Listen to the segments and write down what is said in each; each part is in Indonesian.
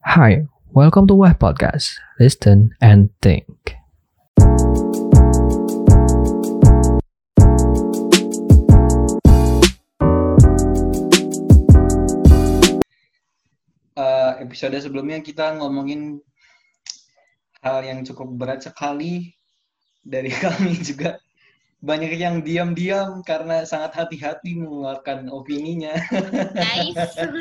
Hi, welcome to Web Podcast. Listen and think. Episode sebelumnya kita ngomongin hal yang cukup berat sekali dari kami juga. Banyak yang diam-diam karena sangat hati-hati mengeluarkan opininya. Guys.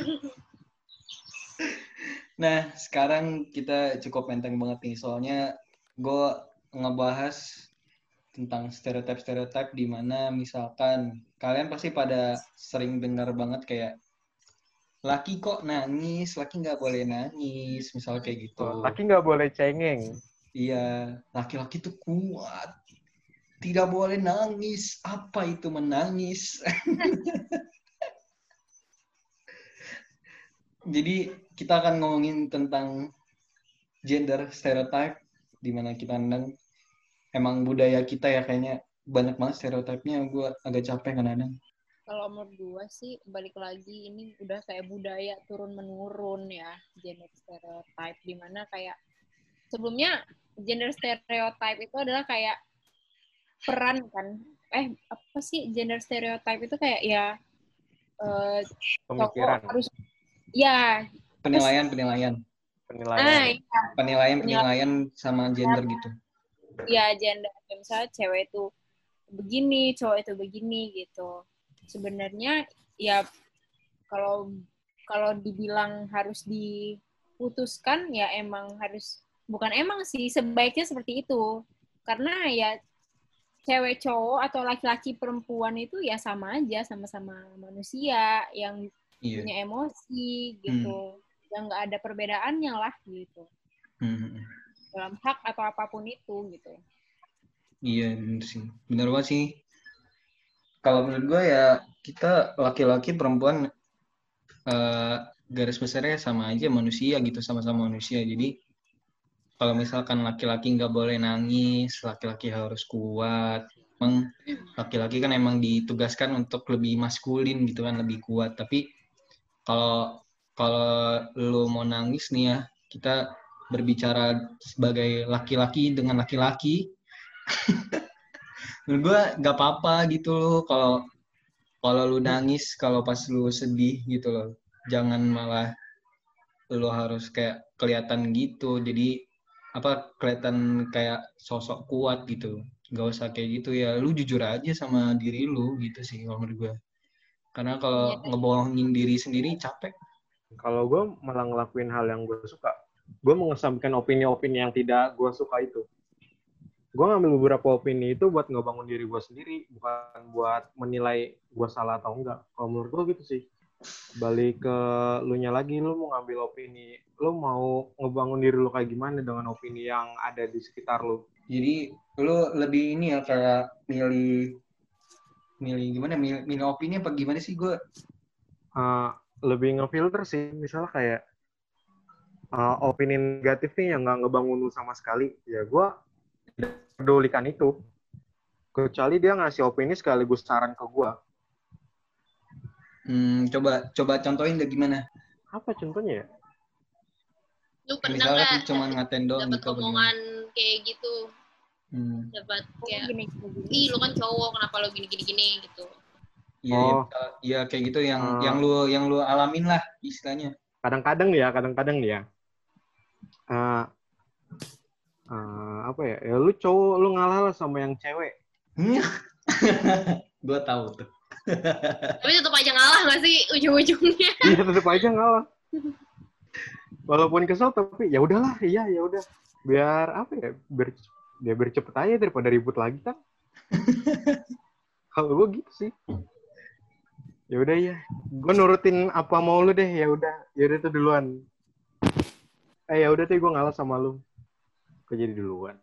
Nah, sekarang kita cukup enteng banget nih. Soalnya gue ngebahas tentang stereotip-stereotip di mana misalkan kalian pasti pada sering dengar banget kayak laki kok nangis, laki nggak boleh nangis, misal kayak gitu. Laki nggak boleh cengeng. Iya, laki-laki tuh kuat. Tidak boleh nangis. Apa itu menangis? Jadi kita akan ngomongin tentang gender stereotype, di mana kita nendang emang budaya kita ya kayaknya banyak banget stereotipnya. Gue agak capek kadang-kadang. Kalau menurut gue sih balik lagi ini udah kayak budaya turun menurun ya, gender stereotype, dimana kayak sebelumnya gender stereotype itu adalah kayak peran kan, apa sih gender stereotype itu kayak ya Pemikiran. harus ya Penilaian iya. Penilaian sama gender gitu. Ya gender, misalnya cewek itu begini, cowok itu begini gitu. Sebenarnya ya kalau dibilang harus diputuskan ya bukan sebaiknya seperti itu. Karena ya cewek cowok atau laki-laki perempuan itu ya sama aja, sama-sama manusia yang punya emosi gitu. Yang nggak ada perbedaannya lah gitu. Dalam hak atau apapun itu gitu. Iya, bener sih. Bener banget sih. Kalau menurut gue ya kita laki-laki perempuan garis besarnya sama aja manusia gitu, sama-sama manusia. Jadi kalau misalkan laki-laki nggak boleh nangis, laki-laki harus kuat. Emang laki-laki kan emang ditugaskan untuk lebih maskulin gitu kan, lebih kuat. Tapi kalau kalau lu mau nangis nih ya, kita berbicara sebagai laki-laki dengan laki-laki. Menurut gue nggak apa-apa gitu loh kalau lu nangis, kalau pas lu sedih gitu loh. Jangan malah lu harus kayak kelihatan gitu. Jadi kelihatan kayak sosok kuat gitu. Gak usah kayak gitu ya. Lu jujur aja sama diri lu gitu sih kalau menurut gue. Karena kalau ngebohongin diri sendiri capek. Kalau gue malah ngelakuin hal yang gue suka. Gue mengesampingkan opini-opini yang tidak gue suka itu. Gue ngambil beberapa opini itu buat ngebangun diri gue sendiri, bukan buat menilai gue salah atau enggak. Kalau menurut gue gitu sih. Balik ke lu nya lagi, lu mau ngambil opini, lu mau ngebangun diri lu kayak gimana dengan opini yang ada di sekitar lu. Jadi lu lebih ini ya kayak milih gimana? Milih opini apa gimana sih gue? Lebih ngefilter sih, misalnya kayak opini negatif nih yang nggak ngebangun lu sama sekali, ya gue tidak pedulikan itu. Kecuali dia ngasih opini sekaligus saran ke gue. Coba contohin deh gimana? Apa contohnya ya? Lu pernah misalnya nggak cuma ngatain doang dapat gitu omongan kayak gitu? Dapat kayak, ih lu kan cowok, kenapa lu gini gitu? Iya kayak gitu yang lu alamin lah istilahnya. Kadang-kadang nih ya. Apa ya? Ya lu cowok, lu ngalah lah sama yang cewek. Gue tahu tuh. Tapi tetap aja ngalah nggak sih ujung-ujungnya? Iya, tetap aja ngalah. Walaupun kesel tapi ya udahlah, ya udah. Biar apa ya? Biar cepet aja daripada ribut lagi kan. Kalau gue gitu sih. Ya udah ya. Gue nurutin apa mau lu deh, ya udah tuh duluan. Ya udah deh, gue ngalah sama lu. Gue jadi duluan.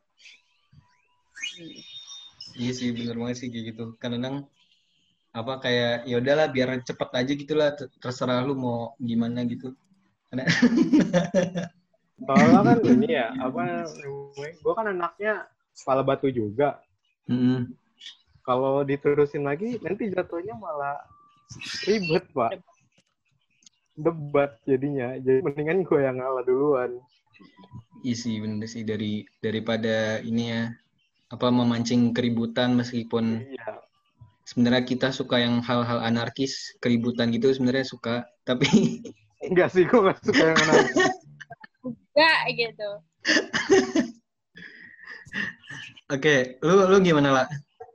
Iya sih bener banget sih kayak gitu. Kadang kayak ya udahlah biar cepet aja gitulah, terserah lu mau gimana gitu. Soalnya kan ini ya, gue kan anaknya kepala batu juga. Kalau diterusin lagi nanti jatuhnya malah ribet, Pak. debat jadinya. Jadi mendingan gue yang ngalah duluan. Iya sih, bener sih, daripada ini ya, memancing keributan, meskipun Iya. sebenarnya kita suka yang hal-hal anarkis, keributan gitu sebenarnya suka, tapi Enggak sih, gue gak suka yang anarkis. Enggak gitu. oke, lu gimana lah?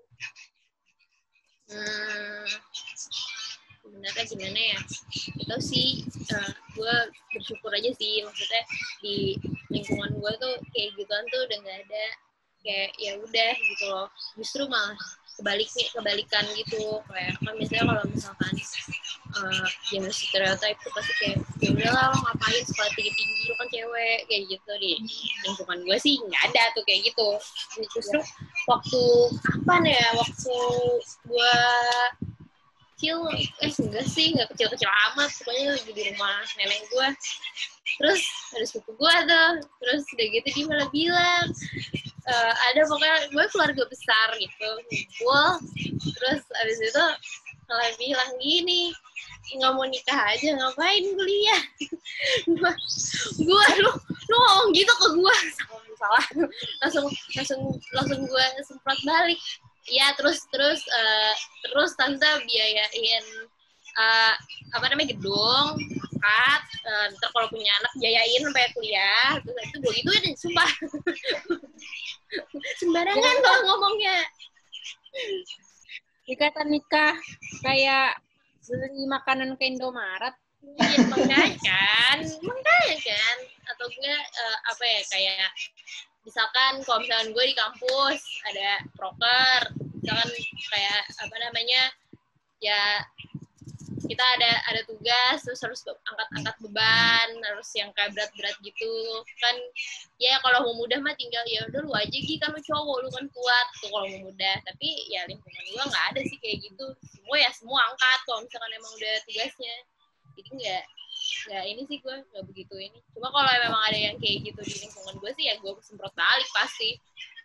Sebenarnya gimana ya? Itu sih gue bersyukur aja sih, maksudnya di lingkungan gue tuh kayak gituan tuh udah nggak ada, kayak ya udah gitu loh. Justru malah kebalikan gitu, kayak kan misalnya kalau misalkan gender stereotype tuh pasti kayak ya udahlah lo ngapain sekolah tinggi lo kan cewek kayak gitu. Di lingkungan gue sih nggak ada tuh kayak gitu. Justru waktu waktu gue kecil, enggak sih, nggak kecil-kecil amat, pokoknya lagi di rumah nenek gue, terus ada sepupu gue tuh, terus udah gitu dia malah bilang ada pokoknya gue keluarga besar gitu ngumpul, terus abis itu malah bilang gini, nggak mau nikah aja ngapain kuliah. gue lu ngomong gitu ke gue, salah langsung gue semprot balik. Ya terus tante biayain gedung akad, ntar kalau punya anak biayain sampai kuliah, terus itu gue gituin sumpah. Sembarangan loh ngomongnya. Ikatan nikah kayak beli makanan ke Indomaret. Iya makanya kan atau enggak kayak misalkan kalau misalkan gue di kampus ada proker, misalkan kayak ya kita ada tugas terus harus angkat beban, harus yang kayak berat-berat gitu kan. Ya kalau mau mudah mah tinggal ya udah lu aja kan lu cowok, lu kan kuat tuh kalau mau mudah. Tapi ya lingkungan gue nggak ada sih kayak gitu, semua angkat kalau misalkan emang udah tugasnya. Jadi nggak ini sih, gue nggak begitu ini. Cuma kalau memang ada yang kayak gitu di lingkungan gue sih ya gue semprot balik pasti.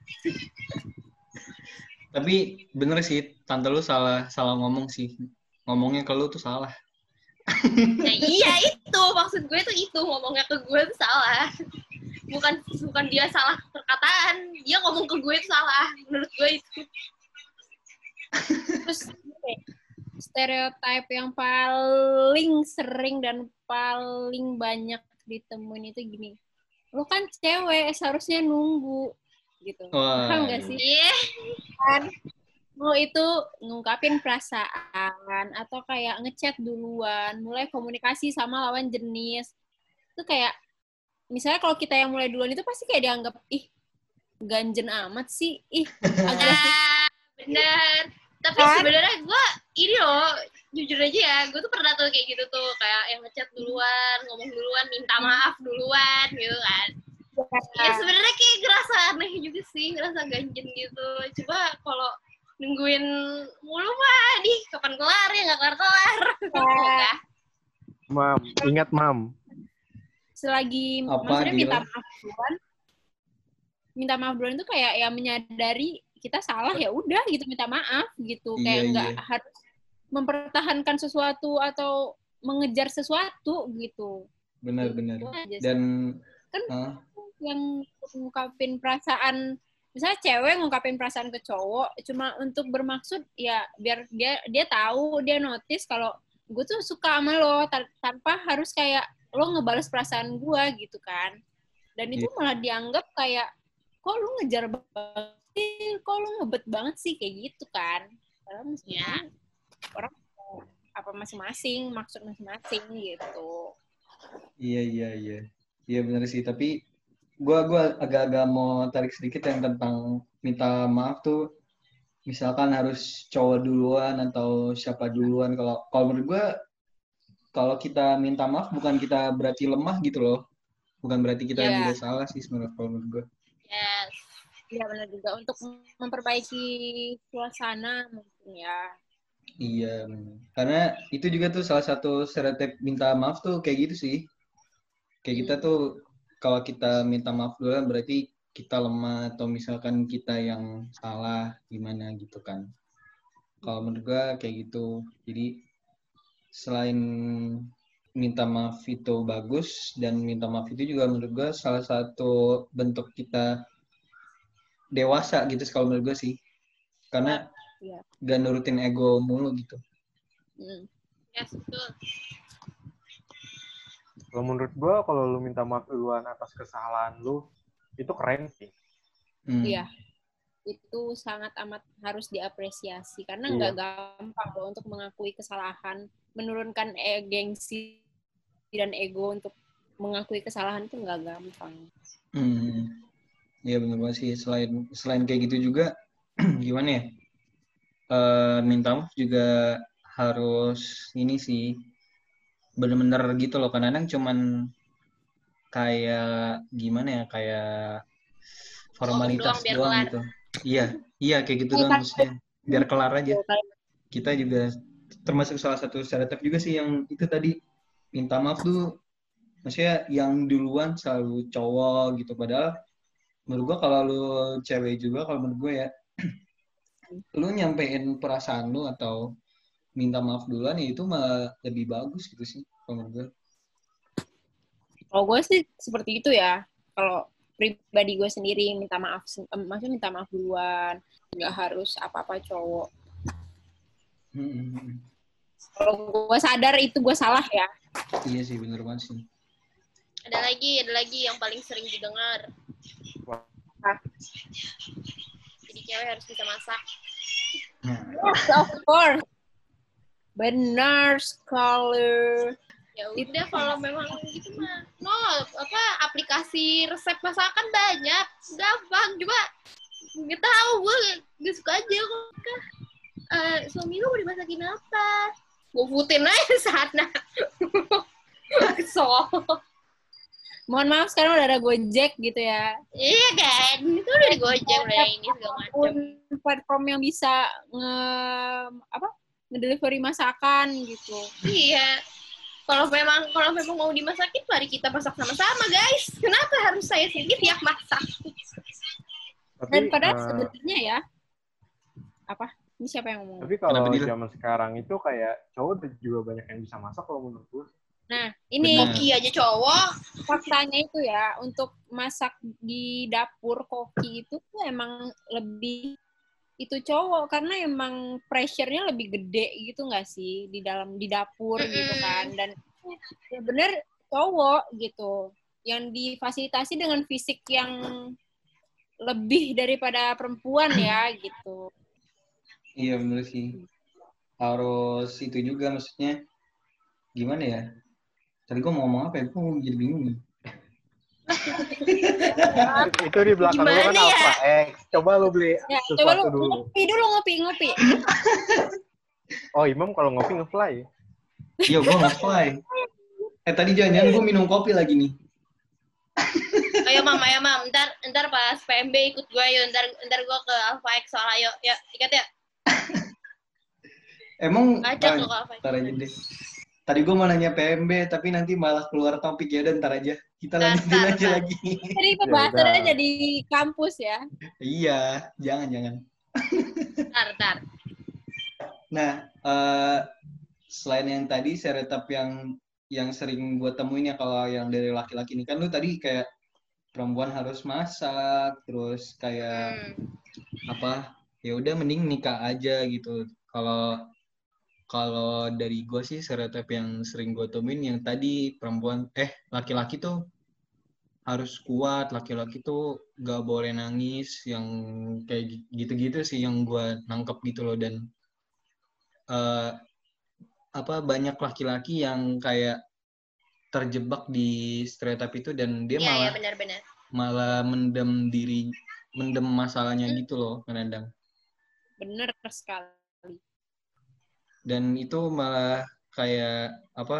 Tapi bener sih, tante lu salah ngomong sih. Ngomongnya ke lu tuh salah. Nah iya itu, maksud gue tuh itu, ngomongnya ke gue tuh salah. Bukan dia salah perkataan, dia ngomong ke gue itu salah. Menurut gue itu. Terus stereotip yang paling sering dan paling banyak ditemuin itu gini, lo kan cewek seharusnya nunggu gitu. Paham gak sih? Iya. Kan lo itu ngungkapin perasaan atau kayak ngechat duluan, mulai komunikasi sama lawan jenis. Itu kayak misalnya kalau kita yang mulai duluan itu pasti kayak dianggap ganjen amat sih, agresif. Bener. Tapi sebenarnya gue ini loh, jujur aja ya, gue tuh pernah tuh kayak gitu tuh, kayak yang ngechat duluan, ngomong duluan, minta maaf duluan gitu kan. Ya sebenarnya kayak ngerasa aneh juga sih, ngerasa ganjen gitu. Coba kalau nungguin mulu mah, kapan kelar ya, nggak kelar. Mam, ingat mam. Selagi maksudnya minta maaf duluan itu kayak ya menyadari kita salah, ya udah gitu minta maaf gitu. Kayak nggak harus mempertahankan sesuatu atau mengejar sesuatu gitu. Benar. Dan kan yang ngungkapin perasaan, misalnya cewek ngungkapin perasaan ke cowok cuma untuk bermaksud ya biar dia tahu, dia notice kalau gue tuh suka sama lo, tanpa harus kayak lo ngebales perasaan gue gitu kan. Dan itu malah dianggap kayak kok lu ngejar banget sih, kok lu ngebet banget sih, kayak gitu kan. Padahal mestinya orang masing-masing, maksud masing-masing gitu. Iya benar sih. Tapi gue agak-agak mau tarik sedikit yang tentang minta maaf tuh, misalkan harus cowok duluan atau siapa duluan. Kalau menurut gue, kalau kita minta maaf bukan kita berarti lemah gitu loh, bukan berarti kita juga salah sih sebenarnya kalau menurut gue. Yes. Iya benar juga, untuk memperbaiki suasana mungkin ya. Iya, karena itu juga tuh salah satu stereotip minta maaf tuh kayak gitu sih. Kayak kita tuh kalau kita minta maaf duluan berarti kita lemah atau misalkan kita yang salah gimana gitu kan. Kalau menurut gue kayak gitu. Jadi selain minta maaf itu bagus, dan minta maaf itu juga menurut gue salah satu bentuk kita dewasa gitu kalau menurut gue sih, karena Iya. gak nurutin ego mulu gitu. Yes, betul. Kalau menurut gue, kalau lu minta maaf duluan atas kesalahan lu, itu keren sih. Iya. Itu sangat amat harus diapresiasi karena nggak gampang loh untuk mengakui kesalahan, menurunkan gengsi dan ego untuk mengakui kesalahan itu nggak gampang. Iya benar banget sih. Selain kayak gitu juga gimana ya? Minta maaf juga harus ini sih, bener-bener gitu loh. Kadang-kadang cuman kayak gimana ya, kayak formalitas biar doang kelar. gitu. Iya kayak gitu doang maksudnya. Biar kelar aja. Kita juga termasuk salah satu stereotip juga sih yang itu tadi, minta maaf tuh maksudnya yang duluan selalu cowok gitu. Padahal menurut gua kalau lu cewek juga, kalau menurut gua ya, lu nyampein perasaan lu atau minta maaf duluan ya itu malah lebih bagus gitu sih kalau menurut gua. Kalau gue sih seperti itu ya. Kalau pribadi gue sendiri minta maaf, maksudnya minta maaf duluan, nggak harus apa-apa cowok. Kalau gue sadar itu gue salah ya. Iya sih, bener banget sih. Ada lagi yang paling sering didengar. Jadi cewek harus bisa masak. Yes, of course. Benar sekali. Ya udah, kalau memang gitu mah aplikasi resep masakan banyak, gampang. Coba nggak tahu, gue nggak suka aja kok. Suami lu mau dimasakin apa? Gue putin aja sana. Kesel. Mohon maaf, sekarang udah ada Gojek gitu ya. Iya kan, itu udah di Gojek, udah ini segala macam. Platform yang bisa ngedelivery masakan gitu. Iya. Kalau memang mau dimasakin, mari kita masak sama-sama, guys. Kenapa harus saya sendiri yang masak? Dan padahal sebenarnya ya, ini siapa yang ngomong? Tapi kalau zaman sekarang itu kayak cowok juga banyak yang bisa masak kalau menurut gue. Nah, ini koki aja cowok. Faktanya itu ya, untuk masak di dapur koki itu tuh emang lebih itu cowok, karena emang pressure-nya lebih gede gitu nggak sih di dapur gitu kan. Dan ya bener cowok gitu yang difasilitasi dengan fisik yang lebih daripada perempuan ya gitu. Iya bener sih, harus itu juga, maksudnya gimana ya, tadi gue mau ngomong apa ya, gue jadi bingung nih. Itu di belakang lu kan ya? Alpha X. Coba lu beli sesuatu dulu. Ngopi. Oh, Imam kalau ngopi nge-fly. Iya, gue nge-fly. Tadi jangan gue minum kopi lagi nih. Ayo mam, ntar pas PMB ikut gue, yuk. Ntar gue ke Alpha X soal ayo, ya ikat ya. Emang ngajak lo ke Alpha X. Ntar aja deh. Tadi gue mau nanya PMB, tapi nanti malah keluar topik, ya, dan ntar aja. Kita lanjutin aja lagi. Jadi pembahasannya jadi kampus ya? Iya, jangan. Ntar. Nah, selain yang tadi stereotip yang sering gue temuin ya, kalau yang dari laki-laki ini kan lu tadi kayak perempuan harus masak, terus kayak ya udah mending nikah aja gitu. Kalau dari gue sih stereotip yang sering gue temuin yang tadi, laki-laki tuh harus kuat, laki-laki tuh gak boleh nangis, yang kayak gitu-gitu sih yang gue nangkep gitu loh. Dan banyak laki-laki yang kayak terjebak di stereotip itu, dan dia malah mendem masalahnya gitu loh kadang. Bener sekali. Dan itu malah kayak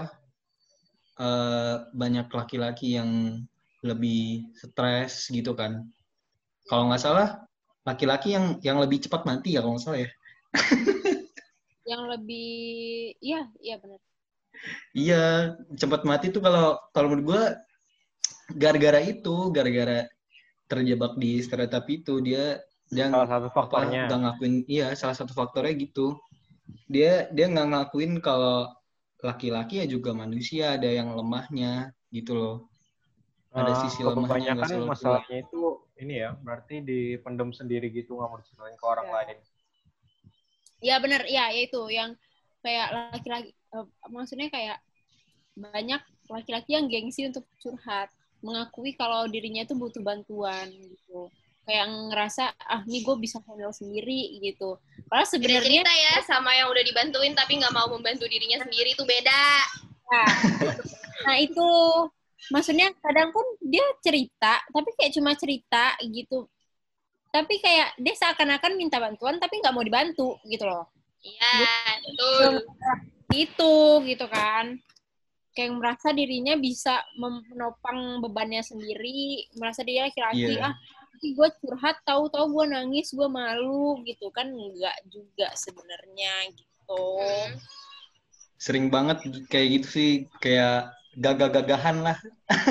banyak laki-laki yang lebih stres gitu kan. Kalau nggak salah laki-laki yang lebih cepat mati ya kalau nggak salah ya. Yang lebih, iya benar. Iya, cepat mati tuh kalau menurut gue gara-gara terjebak di stereotip itu. Dia salah satu faktornya. Nggak ngakuin, salah satu faktornya gitu. Dia nggak ngakuin kalau laki-laki ya juga manusia, ada yang lemahnya gitu loh. Ada sisi lemahnya yang nggak Kebanyakan selalu kuat. masalahnya itu ini ya, berarti dipendam sendiri gitu, nggak mau diceritain ke orang Ya. lain. Ya benar, ya itu yang kayak laki-laki, maksudnya kayak banyak laki-laki yang gengsi untuk curhat, mengakui kalau dirinya itu butuh bantuan gitu. Kayak ngerasa, nih gue bisa handle sendiri gitu. Padahal Beda sebenarnya cerita ya sama yang udah dibantuin tapi nggak mau membantu dirinya sendiri itu beda. nah itu maksudnya kadang pun dia cerita, tapi kayak cuma cerita gitu. Tapi kayak dia seakan-akan minta bantuan tapi nggak mau dibantu gitu loh. Iya, betul. Gitu gitu kan. Kayak merasa dirinya bisa menopang bebannya sendiri, merasa dia laki-laki, Iya. gue curhat, tahu-tahu gue nangis, gue malu gitu kan, enggak juga sebenarnya gitu. Sering banget kayak gitu sih, kayak gagah-gagahan lah.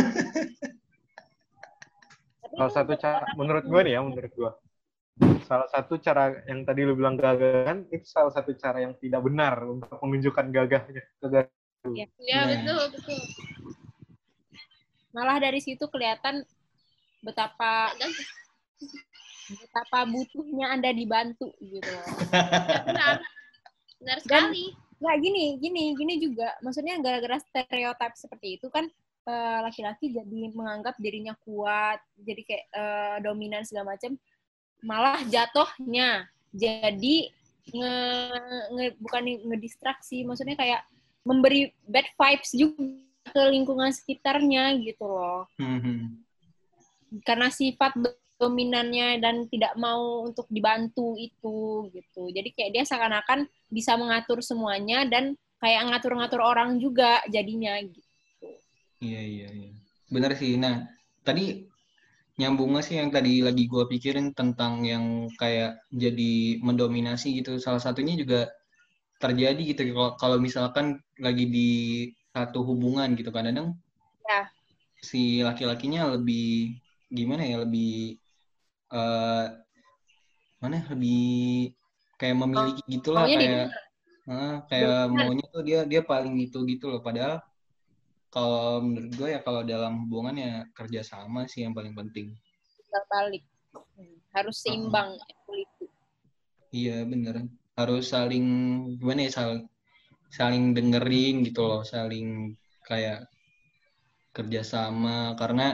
Salah satu cara, menurut gue nih ya, menurut gue, salah satu cara yang tadi lu bilang gagahan, itu salah satu cara yang tidak benar untuk menunjukkan gagahnya. Ya betul. Malah dari situ kelihatan betapa butuhnya Anda dibantu gitu. Ya, benar sekali. Nggak gini juga, maksudnya gara-gara stereotip seperti itu kan laki-laki jadi menganggap dirinya kuat, jadi kayak dominan segala macam, malah jatuhnya jadi bukan ngedistraksi, maksudnya kayak memberi bad vibes juga ke lingkungan sekitarnya gitu loh. Karena sifat dominannya dan tidak mau untuk dibantu itu gitu. Jadi kayak dia seakan-akan bisa mengatur semuanya dan kayak ngatur-ngatur orang juga jadinya gitu. Iya. Benar sih. Nah, tadi nyambungnya sih yang tadi lagi gue pikirin tentang yang kayak jadi mendominasi gitu. Salah satunya juga terjadi gitu kalau misalkan lagi di satu hubungan gitu, kadang Ya. si laki-lakinya lebih gimana ya, lebih lebih kayak memiliki gitulah, kayak maunya tuh dia paling itu gitu loh. Padahal kalau menurut gue ya, kalau dalam hubungan ya kerjasama sih yang paling penting. Balik. Harus seimbang. Iya bener. Harus saling gimana ya, saling dengerin gitu loh, saling kayak kerjasama. Karena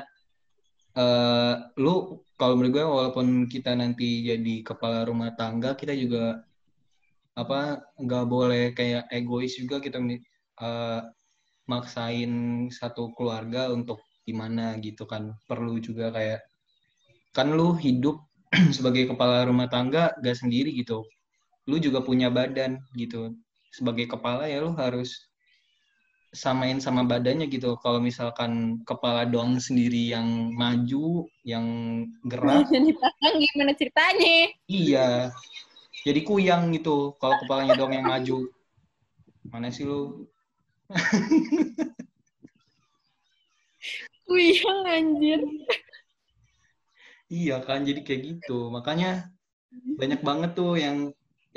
lu kalau menurut gue, walaupun kita nanti jadi kepala rumah tangga, kita juga nggak boleh kayak egois juga, kita maksain satu keluarga untuk gimana gitu kan. Perlu juga kayak, kan lu hidup sebagai kepala rumah tangga gak sendiri gitu, lu juga punya badan gitu. Sebagai kepala ya lu harus samain sama badannya gitu. Kalau misalkan kepala doang sendiri yang maju, yang gerak, gimana ceritanya? iya, jadi kuyang gitu kalau kepalanya doang yang maju. Mana sih lu? Kuyang anjir. Iya kan, jadi kayak gitu. Makanya banyak banget tuh yang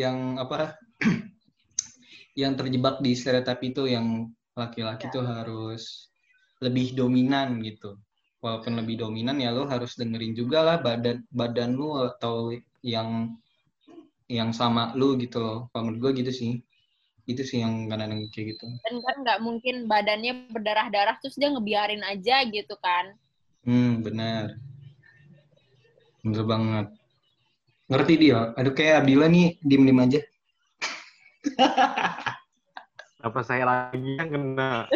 yang terjebak di stereotip itu, yang laki-laki tuh harus lebih dominan gitu. Walaupun lebih dominan ya lo harus dengerin juga lah badan lu atau yang sama lu gitu loh. Kalau menurut gue gitu sih. Itu sih yang kadang-kadang kayak gitu. Dan kan nggak mungkin badannya berdarah-darah terus dia ngebiarin aja gitu kan. Benar. Bener banget. Ngerti dia. Aduh, kayak Abdillah nih diem-diem aja. Apa saya lagi yang kena?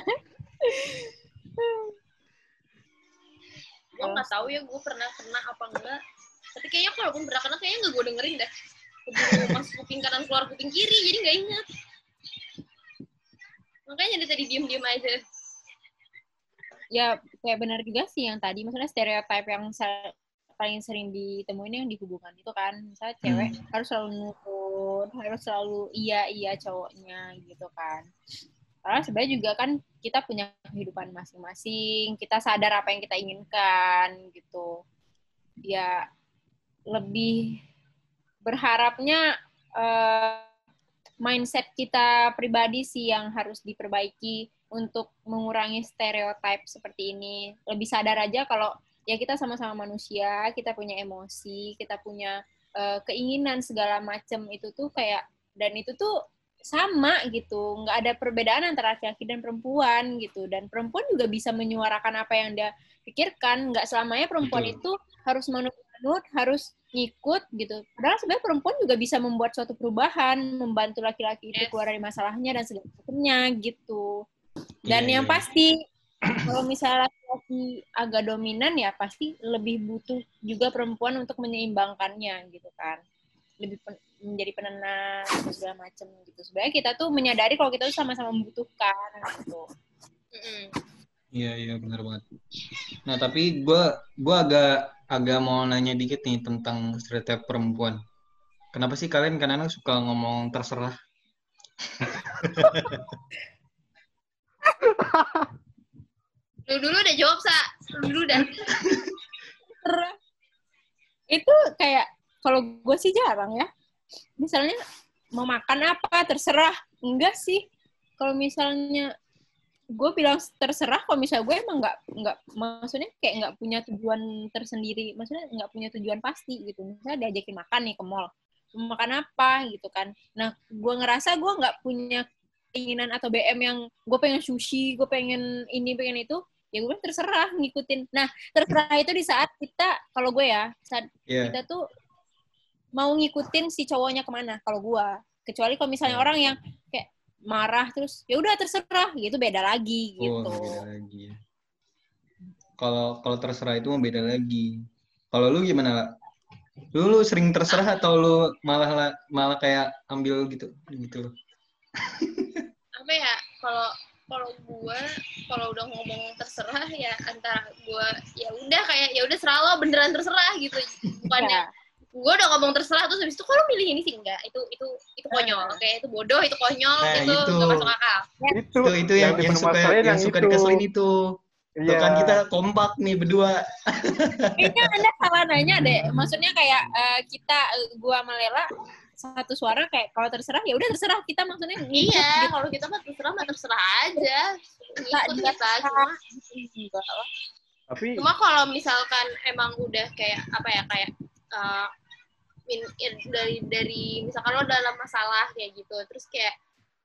Gue nggak tahu ya gue pernah kena apa enggak. Tapi kayaknya kalaupun pernah kena kayaknya nggak gue dengerin dah. Keburu masuk kuping kanan keluar kuping kiri jadi nggak ingat. Makanya dari tadi diem-diem aja. Ya kayak benar juga sih yang tadi, maksudnya stereotip yang paling sering ditemuin yang di hubungan itu kan, misalnya cewek harus selalu nurut, harus selalu iya cowoknya gitu kan. Karena sebenarnya juga kan kita punya kehidupan masing-masing, kita sadar apa yang kita inginkan gitu. Ya lebih berharapnya mindset kita pribadi sih yang harus diperbaiki untuk mengurangi stereotip seperti ini. Lebih sadar aja kalau ya kita sama-sama manusia, kita punya emosi, kita punya keinginan segala macam itu tuh kayak, dan itu tuh sama gitu, nggak ada perbedaan antara laki-laki dan perempuan gitu, dan perempuan juga bisa menyuarakan apa yang dia pikirkan, nggak selamanya perempuan itu harus manut-manut, harus ngikut gitu. Padahal sebenarnya perempuan juga bisa membuat suatu perubahan, membantu laki-laki itu keluar dari masalahnya dan segala macamnya gitu. Dan yang pasti kalau misalnya laki-laki agak dominan ya pasti lebih butuh juga perempuan untuk menyeimbangkannya gitu kan. Lebih menjadi penenang dan segala macam gitu. Sebenarnya kita tuh menyadari kalau kita tuh sama-sama membutuhkan gitu. Iya benar banget. Nah tapi gue agak mau nanya dikit nih tentang stereotip perempuan. Kenapa sih kalian kadang-kadang suka ngomong terserah? Lu dulu udah jawab, Sa. Lu dulu dah. Itu kayak, kalau gue sih jarang ya. Misalnya, mau makan apa, terserah. Enggak sih. Kalau misalnya, gue bilang terserah, kalau misalnya gue emang nggak maksudnya kayak nggak punya tujuan tersendiri. Maksudnya nggak punya tujuan pasti gitu. Misalnya diajakin makan nih ke mall. Mau makan apa gitu kan. Nah, gue ngerasa gue nggak punya keinginan atau BM yang gue pengen sushi, gue pengen ini, pengen itu, ya gue terserah ngikutin. Nah, terserah itu di saat kita, kalau gue ya, saat kita tuh mau ngikutin si cowoknya kemana, kalau gue. Kecuali kalau misalnya orang yang kayak marah terus, ya udah terserah, gitu beda lagi gitu. Beda lagi. Kalau terserah itu beda lagi. Kalau lu gimana, Lah? Lu sering terserah atau lu malah kayak ambil gitu loh? Apa ya, kalau gue kalau udah ngomong terserah ya antara gue ya udah kayak ya udah serah lo, beneran terserah gitu, bukannya gue udah ngomong terserah terus habis itu kalau milih ini sih enggak, itu konyol, oke, itu bodoh, itu konyol, itu nggak masuk akal. Itu yang suka dikeselin itu. Tuh kan kita kompak nih berdua. Kayaknya Anda salah nanya deh. Maksudnya kayak gua sama Lela satu suara kayak kalau terserah ya udah terserah, kita maksudnya ngikut, iya gitu. Kalau kita mah terserah aja, ngikut kita Tapi cuma kalau misalkan emang udah kayak apa ya, kayak dari misalkan lo dalam masalah kayak gitu, terus kayak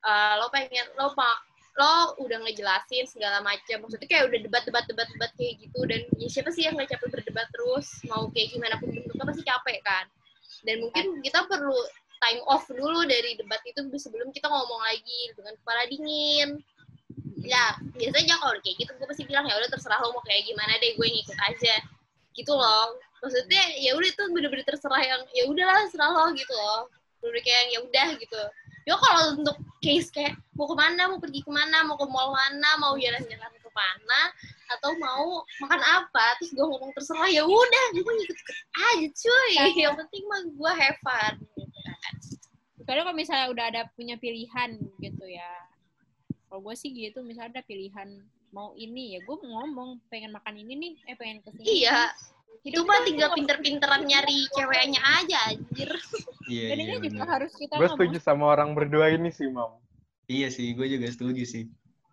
lo udah ngejelasin segala macam, maksudnya kayak udah debat kayak gitu, dan ya siapa sih yang nggak capek berdebat terus, mau kayak gimana pun bentuknya pasti capek kan, dan mungkin kita perlu time off dulu dari debat itu sebelum kita ngomong lagi dengan kepala dingin. Ya biasanya kalau kayak gitu gue pasti bilang ya udah terserah lo mau kayak gimana deh, gue ngikut aja gitu loh. Maksudnya ya udah itu bener-bener terserah yang ya udahlah terserah lo gitu loh, bener kayak yang ya udah gitu. Ya kalau untuk case kayak mau kemana, mau pergi kemana, mau ke mall mana, mau jalan-jalan ke mana, atau mau makan apa, terus gue ngomong terserah, ya udah gue ngikut-ikut aja cuy, yang penting mah gue have fun gitu kan. Soalnya kalau misalnya udah ada punya pilihan gitu ya, kalau gue sih gitu, misalnya ada pilihan mau ini ya gue ngomong pengen makan ini nih, pengen kesini. Iya. Itu mah tinggal pinter-pinteran nyari ceweknya aja, anjir. Iya, jadinya juga harus kita gue setuju sama orang berdua ini sih, Mam. Iya sih, gue juga setuju sih.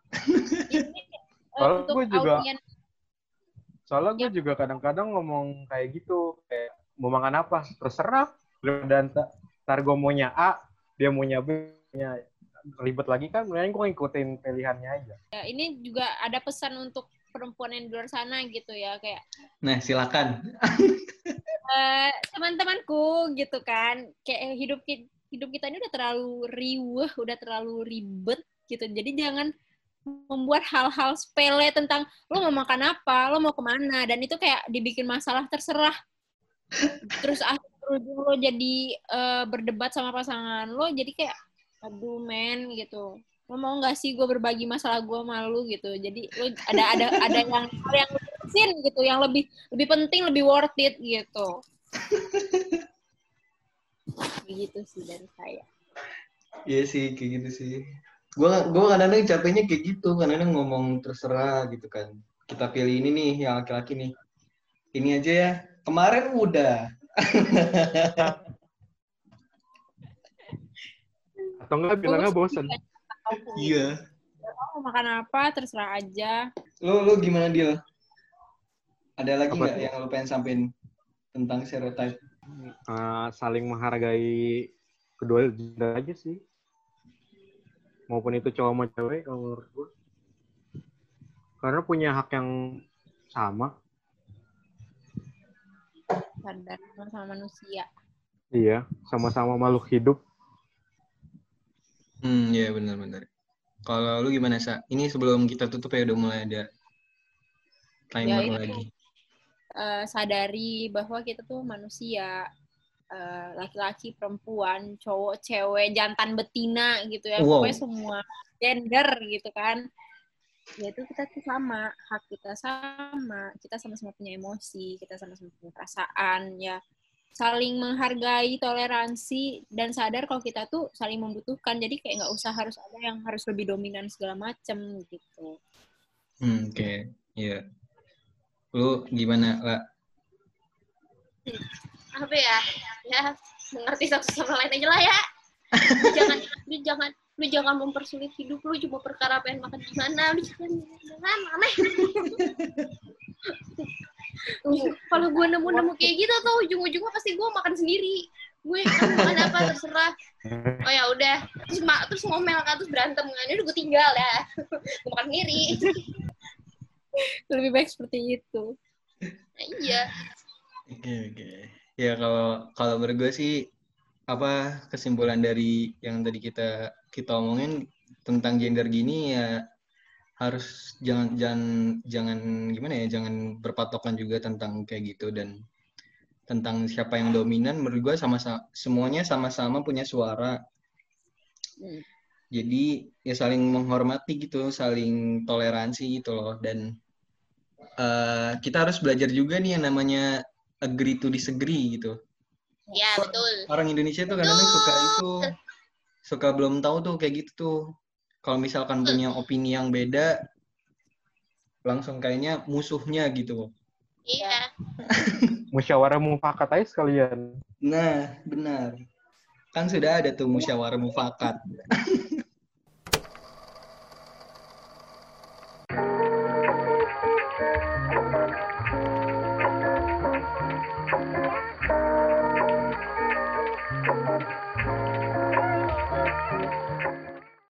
Soalnya gue juga kadang-kadang ngomong kayak gitu, kayak mau makan apa, terserah. Dan ntar gue maunya A, dia maunya B, ribet lagi kan, mending gue ngikutin pilihannya aja. Ya, ini juga ada pesan untuk perempuan yang di luar sana gitu ya, kayak nah silakan teman-temanku gitu kan, kayak hidup kita ini udah terlalu riuh, udah terlalu ribet gitu, jadi jangan membuat hal-hal sepele tentang lo mau makan apa, lo mau kemana, dan itu kayak dibikin masalah terserah, terus akhirnya lo jadi berdebat sama pasangan lo, jadi kayak aduh men gitu, lo mau nggak sih gue berbagi masalah gue malu gitu, jadi lo ada yang urusin gitu, yang lebih penting, lebih worth it gitu. Begitu sih dari saya. Iya sih kayak gitu sih. Gue kadang-kadang capeknya kayak gitu, kadang-kadang ngomong terserah gitu kan. Kita pilih ini nih yang laki-laki nih. Ini aja ya. Kemarin udah. Atau enggak bilangnya bosen. Iya. Mau makan apa terserah aja. Lu gimana, Dil? Ada lagi Apa nggak tuh? yang lu pengen sampein tentang stereotype? Saling menghargai kedua gender aja sih. Maupun itu cowok sama cewek kalau menurut gue. Karena punya hak yang sama. Sadar sama manusia. Iya, sama-sama makhluk hidup. Iya benar-benar. Kalau lu gimana, Sa? Ini sebelum kita tutup ya udah mulai ada timer Ya, itu. lagi. Sadari bahwa kita tuh manusia, laki-laki, perempuan, cowok, cewek, jantan, betina gitu ya. Wow. Pokoknya semua gender gitu kan. Ya itu kita tuh sama, hak kita sama, kita sama-sama punya emosi, kita sama-sama punya perasaan, ya saling menghargai, toleransi, dan sadar kalau kita tuh saling membutuhkan. Jadi kayak nggak usah harus ada yang harus lebih dominan segala macem gitu. Oke. Iya. Lu gimana, La? Apa ya? Ya, mengerti satu sama lain aja lah ya. Lu jangan mempersulit hidup lu cuma perkara pengen makan di mana. Lu jangan aneh. Kalau gue nemu kayak gitu tuh ujung-ujungnya pasti gue makan sendiri. Gue makan apa terserah. Oh ya udah, terus ngomel kan, terus berantem kan. Udah gue tinggal ya. Gue makan sendiri. Lebih baik seperti itu. Nah, iya. Oke. Ya kalau menurut gue sih apa kesimpulan dari yang tadi kita omongin tentang gender gini ya harus jangan gimana ya, jangan berpatokan juga tentang kayak gitu, dan tentang siapa yang dominan. Menurut gue semuanya sama-sama punya suara. Jadi ya saling menghormati gitu, saling toleransi gitu loh. Dan kita harus belajar juga nih yang namanya agree to disagree gitu. Ya, betul. Orang Indonesia tuh kadang-kadang suka belum tahu tuh kayak gitu tuh. Kalau misalkan punya opini yang beda, langsung kayaknya musuhnya gitu. Iya. Musyawarah mufakat aja sekalian. Nah, benar. Kan sudah ada tuh musyawarah mufakat.